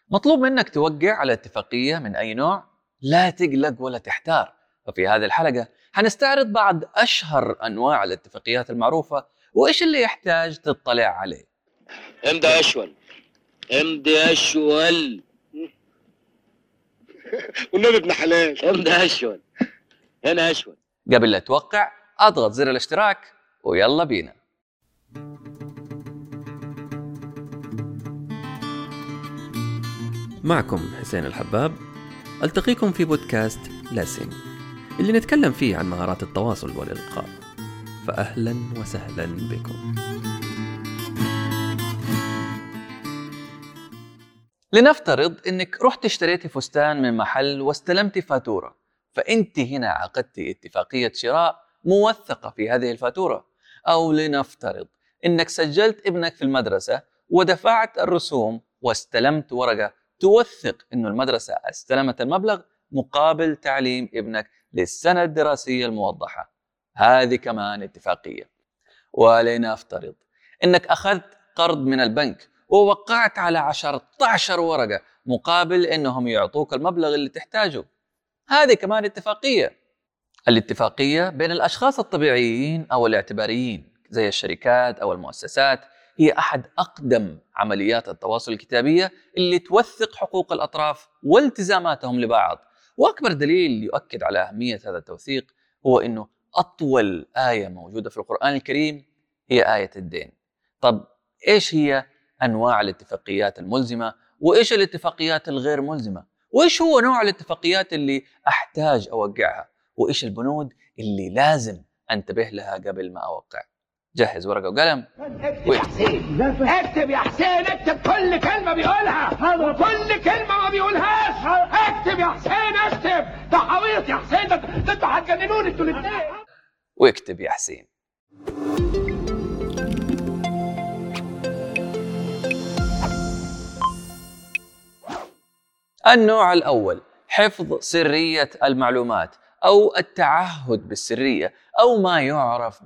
مطلوب منك توقع على اتفاقية من أي نوع، لا تقلق ولا تحتار. ففي هذه الحلقة حنستعرض بعض أشهر أنواع الاتفاقيات المعروفة وإيش اللي يحتاج تطلع عليه. امضي أشول، امضي أشول والنبي ابن حلال، امضي أشول، هنا أشول. قبل لا توقع اضغط زر الاشتراك ويلا بينا. معكم حسين الحباب، ألتقيكم في بودكاست لاسين اللي نتكلم فيه عن مهارات التواصل والإلقاء. فأهلا وسهلا بكم. لنفترض انك رحت اشتريتي فستان من محل واستلمتي فاتورة، فانت هنا عقدتي اتفاقية شراء موثقة في هذه الفاتورة. او لنفترض انك سجلت ابنك في المدرسة ودفعت الرسوم واستلمت ورقة توثق انه المدرسة استلمت المبلغ مقابل تعليم ابنك للسنة الدراسية الموضحة، هذه كمان اتفاقية. ولنفترض انك اخذت قرض من البنك ووقعت على 14 ورقة مقابل انهم يعطوك المبلغ اللي تحتاجه، هذه كمان اتفاقية. الاتفاقية بين الاشخاص الطبيعيين او الاعتباريين زي الشركات او المؤسسات هي احد اقدم عمليات التواصل الكتابية اللي توثق حقوق الاطراف والتزاماتهم لبعض. واكبر دليل يؤكد على اهمية هذا التوثيق هو انه اطول آية موجودة في القرآن الكريم هي آية الدين. طب ايش هي انواع الاتفاقيات الملزمة وايش الاتفاقيات الغير ملزمة، وايش هو نوع الاتفاقيات اللي احتاج اوقعها، وايش البنود اللي لازم انتبه لها قبل ما اوقع؟ جهز ورقة وقلم اكتب يا حسين، اكتب كل كلمة بيقولها وكل كلمة ما بيقولهاش. اكتب يا حسين، اكتب. ده حويط يا حسين، ده انتوا هتجننوني انتوا الاثنين. واكتب يا حسين. النوع الأول حفظ سرية المعلومات أو التعهد بالسرية أو ما يعرف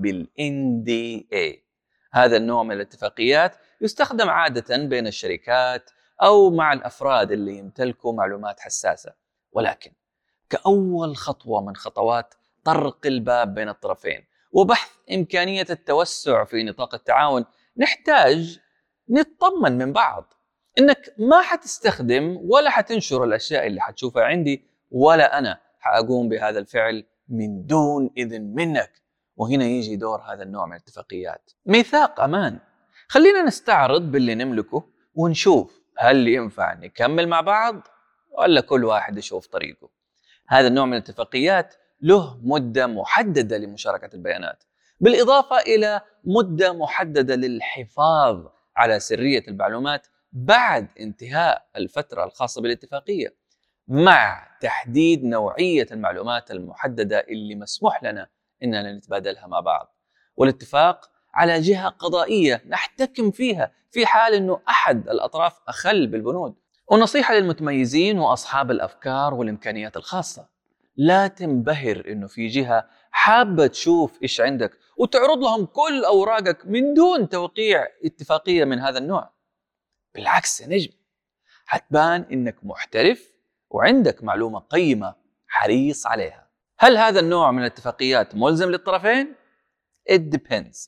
بالNDA. هذا النوع من الاتفاقيات يستخدم عادة بين الشركات أو مع الأفراد اللي يمتلكوا معلومات حساسة، ولكن كأول خطوة من خطوات طرق الباب بين الطرفين وبحث إمكانية التوسع في نطاق التعاون نحتاج نطمن من بعض إنك ما حتستخدم ولا حتنشر الأشياء اللي حتشوفها عندي، ولا أنا حأقوم بهذا الفعل من دون إذن منك. وهنا يجي دور هذا النوع من الاتفاقيات، ميثاق أمان. خلينا نستعرض باللي نملكه ونشوف هل ينفع نكمل مع بعض ولا كل واحد يشوف طريقه. هذا النوع من الاتفاقيات له مدة محددة لمشاركة البيانات، بالإضافة إلى مدة محددة للحفاظ على سرية المعلومات بعد انتهاء الفترة الخاصة بالاتفاقية، مع تحديد نوعية المعلومات المحددة اللي مسموح لنا إننا نتبادلها مع بعض، والاتفاق على جهة قضائية نحتكم فيها في حال إنه أحد الأطراف أخل بالبنود. ونصيحة للمتميزين وأصحاب الأفكار والإمكانيات الخاصة، لا تنبهر إنه في جهة حابة تشوف إيش عندك وتعرض لهم كل أوراقك من دون توقيع اتفاقية من هذا النوع. بالعكس يا نجم، هتبان إنك محترف وعندك معلومة قيمة حريص عليها. هل هذا النوع من الاتفاقيات ملزم للطرفين؟ It depends.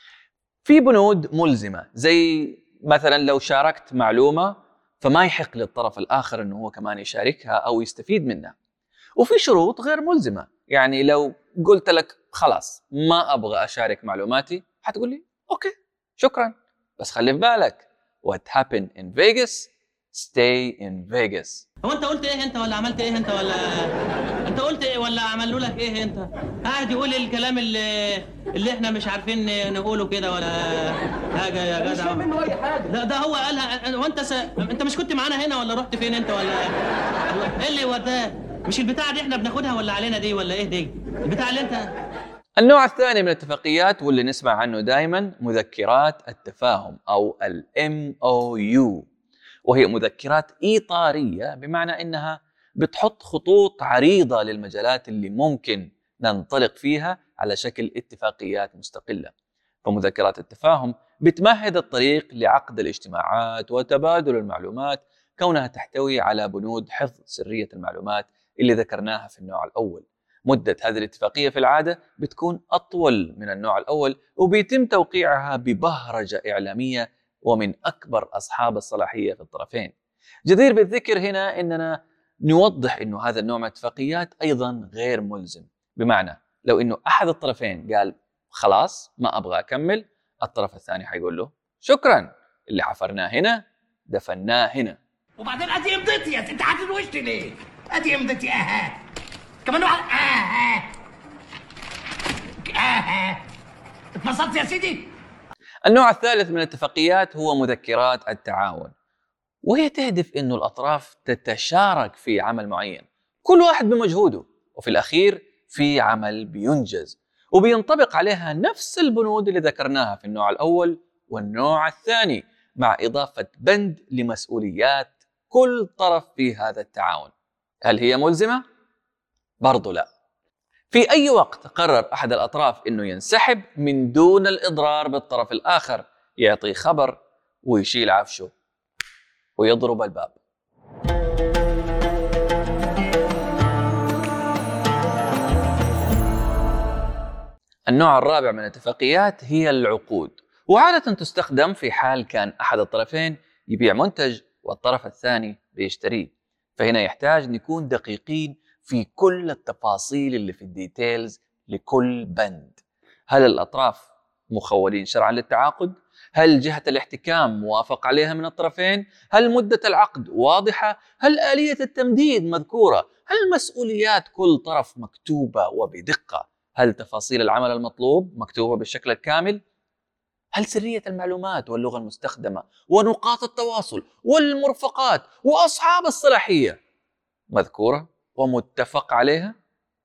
في بنود ملزمة زي مثلا لو شاركت معلومة فما يحق للطرف الآخر أنه هو كمان يشاركها أو يستفيد منها. وفي شروط غير ملزمة، يعني لو قلت لك خلاص ما أبغى أشارك معلوماتي حتقول لي أوكي شكرا، بس خلي في بالك what happened in Vegas stay in Vegas. هو انت قلت ايه انت ولا عملت ايه انت ولا انت قلت ايه ولا عملوا لك ايه انت؟ قاعد يقول الكلام اللي احنا مش عارفين نقوله كده ولا حاجه يا جدع. مش منه اي حاجه. لا ده هو قالها. وانت انت مش كنت معانا هنا ولا رحت فين انت ولا ايه اللي وداه؟ مش البتاعه دي احنا بناخدها ولا علينا دي ولا ايه دي؟ البتاعه اللي انت. النوع الثاني من الاتفاقيات واللي نسمع عنه دائما مذكرات التفاهم أو MOU، وهي مذكرات إطارية بمعنى إنها بتحط خطوط عريضة للمجالات اللي ممكن ننطلق فيها على شكل اتفاقيات مستقلة. فمذكرات التفاهم بتمهد الطريق لعقد الاجتماعات وتبادل المعلومات كونها تحتوي على بنود حفظ سرية المعلومات اللي ذكرناها في النوع الأول. مدة هذه الاتفاقية في العادة بتكون أطول من النوع الأول، وبيتم توقيعها ببهرجة إعلامية ومن أكبر أصحاب الصلاحية في الطرفين. جدير بالذكر هنا أننا نوضح أنه هذا النوع من الاتفاقيات أيضا غير ملزم، بمعنى لو أنه أحد الطرفين قال خلاص ما أبغى أكمل، الطرف الثاني حيقول له شكرا، اللي حفرناه هنا دفناه هنا. وبعدين ادي امضتي يا انت حاطط وشي ليه؟ ادي امضتي كمان واحد اتبسطت يا سيدي؟ النوع الثالث من الاتفاقيات هو مذكرات التعاون، وهي تهدف انه الاطراف تتشارك في عمل معين، كل واحد بمجهوده، وفي الاخير في عمل بينجز، وبينطبق عليها نفس البنود اللي ذكرناها في النوع الاول والنوع الثاني، مع اضافة بند لمسؤوليات كل طرف في هذا التعاون. هل هي ملزمة؟ برضو لا. في أي وقت قرر أحد الأطراف أنه ينسحب من دون الإضرار بالطرف الآخر، يعطي خبر ويشيل عفشه ويضرب الباب. النوع الرابع من الاتفاقيات هي العقود، وعادة تستخدم في حال كان أحد الطرفين يبيع منتج والطرف الثاني بيشتريه، فهنا يحتاج نكون دقيقين في كل التفاصيل اللي في الديتيلز لكل بند. هل الأطراف مخولين شرعا للتعاقد؟ هل جهة الاحتكام موافق عليها من الطرفين؟ هل مدة العقد واضحة؟ هل آلية التمديد مذكورة؟ هل مسؤوليات كل طرف مكتوبة وبدقة؟ هل تفاصيل العمل المطلوب مكتوبة بالشكل الكامل؟ هل سرية المعلومات واللغة المستخدمة ونقاط التواصل والمرفقات وأصحاب الصلاحية مذكورة ومتفق عليها؟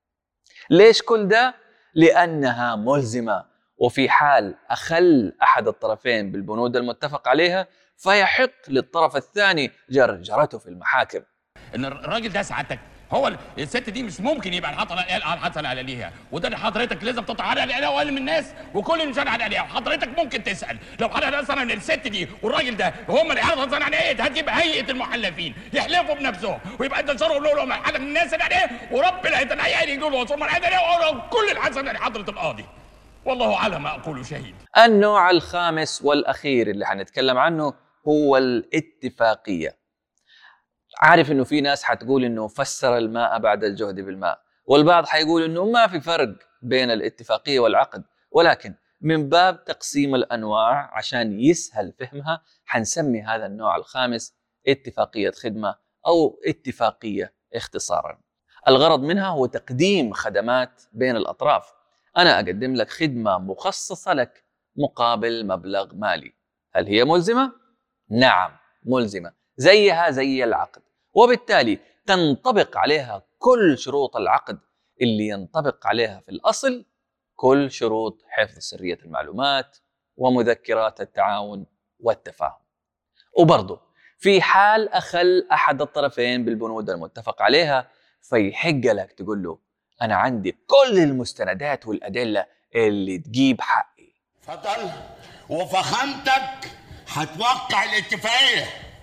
ليش كل ده؟ لأنها ملزمة، وفي حال أخل أحد الطرفين بالبنود المتفق عليها فيحق للطرف الثاني جرجرته في المحاكم. ان الراجل ده سعادتك هو الست دي مش ممكن يبقى الحصل على ليها، وده اللي حضرتك لازم تتعرض عليها واقل من الناس وكل اللي عليها. وحضرتك ممكن تسال لو حضرتك مثلا الست دي والراجل ده هم اللي حصل عليه، هتجيب هيئه المحلفين يحلفوا بنفسهم ويبقى انت تشروا له حاجه من الناس اللي عليه، ورب العيال يقولوا وصول من عليه كل الحسن لحضره القاضي، والله على ما اقول شهيد. النوع الخامس والاخير اللي حنتكلم عنه هو الاتفاقيه. عارف انه في ناس حتقول انه فسر الماء بعد الجهد بالماء، والبعض حيقول انه ما في فرق بين الاتفاقية والعقد، ولكن من باب تقسيم الانواع عشان يسهل فهمها حنسمي هذا النوع الخامس اتفاقية خدمة او اتفاقية اختصارا. الغرض منها هو تقديم خدمات بين الاطراف. انا اقدم لك خدمة مخصصة لك مقابل مبلغ مالي. هل هي ملزمة؟ نعم ملزمة، زيها زي العقد، وبالتالي تنطبق عليها كل شروط العقد اللي ينطبق عليها في الأصل كل شروط حفظ سرية المعلومات ومذكرات التعاون والتفاهم. وبرضه في حال أخل أحد الطرفين بالبنود المتفق عليها فيحق لك تقول له أنا عندي كل المستندات والأدلة اللي تجيب حقي. فضل وفخامتك هتوقع الاتفاقية.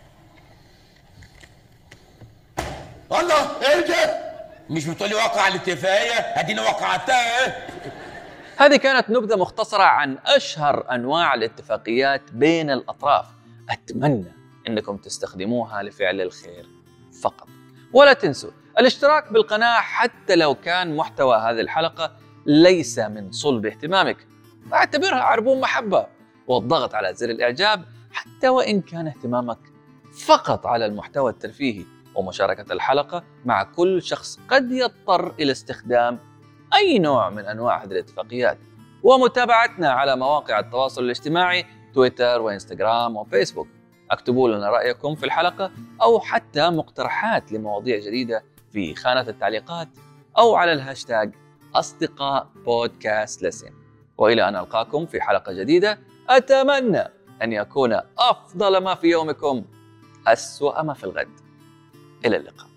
الله ايه ده؟ مش بتقولي وقع الاتفاقية؟ اديني وقعتها ايه؟ هذه كانت نبذة مختصرة عن أشهر أنواع الاتفاقيات بين الأطراف. أتمنى أنكم تستخدموها لفعل الخير فقط. ولا تنسوا الاشتراك بالقناة حتى لو كان محتوى هذه الحلقة ليس من صلب اهتمامك، فاعتبرها عربون محبة، والضغط على زر الإعجاب حتى وإن كان اهتمامك فقط على المحتوى الترفيهي، ومشاركة الحلقة مع كل شخص قد يضطر إلى استخدام أي نوع من أنواع هذه الاتفاقيات، ومتابعتنا على مواقع التواصل الاجتماعي تويتر وإنستغرام وفيسبوك. اكتبوا لنا رأيكم في الحلقة أو حتى مقترحات لمواضيع جديدة في خانة التعليقات أو على الهاشتاج أصدقاء بودكاست لسن. وإلى أن ألقاكم في حلقة جديدة، أتمنى أن يكون أفضل ما في يومكم أسوأ ما في الغد. إلى اللقاء.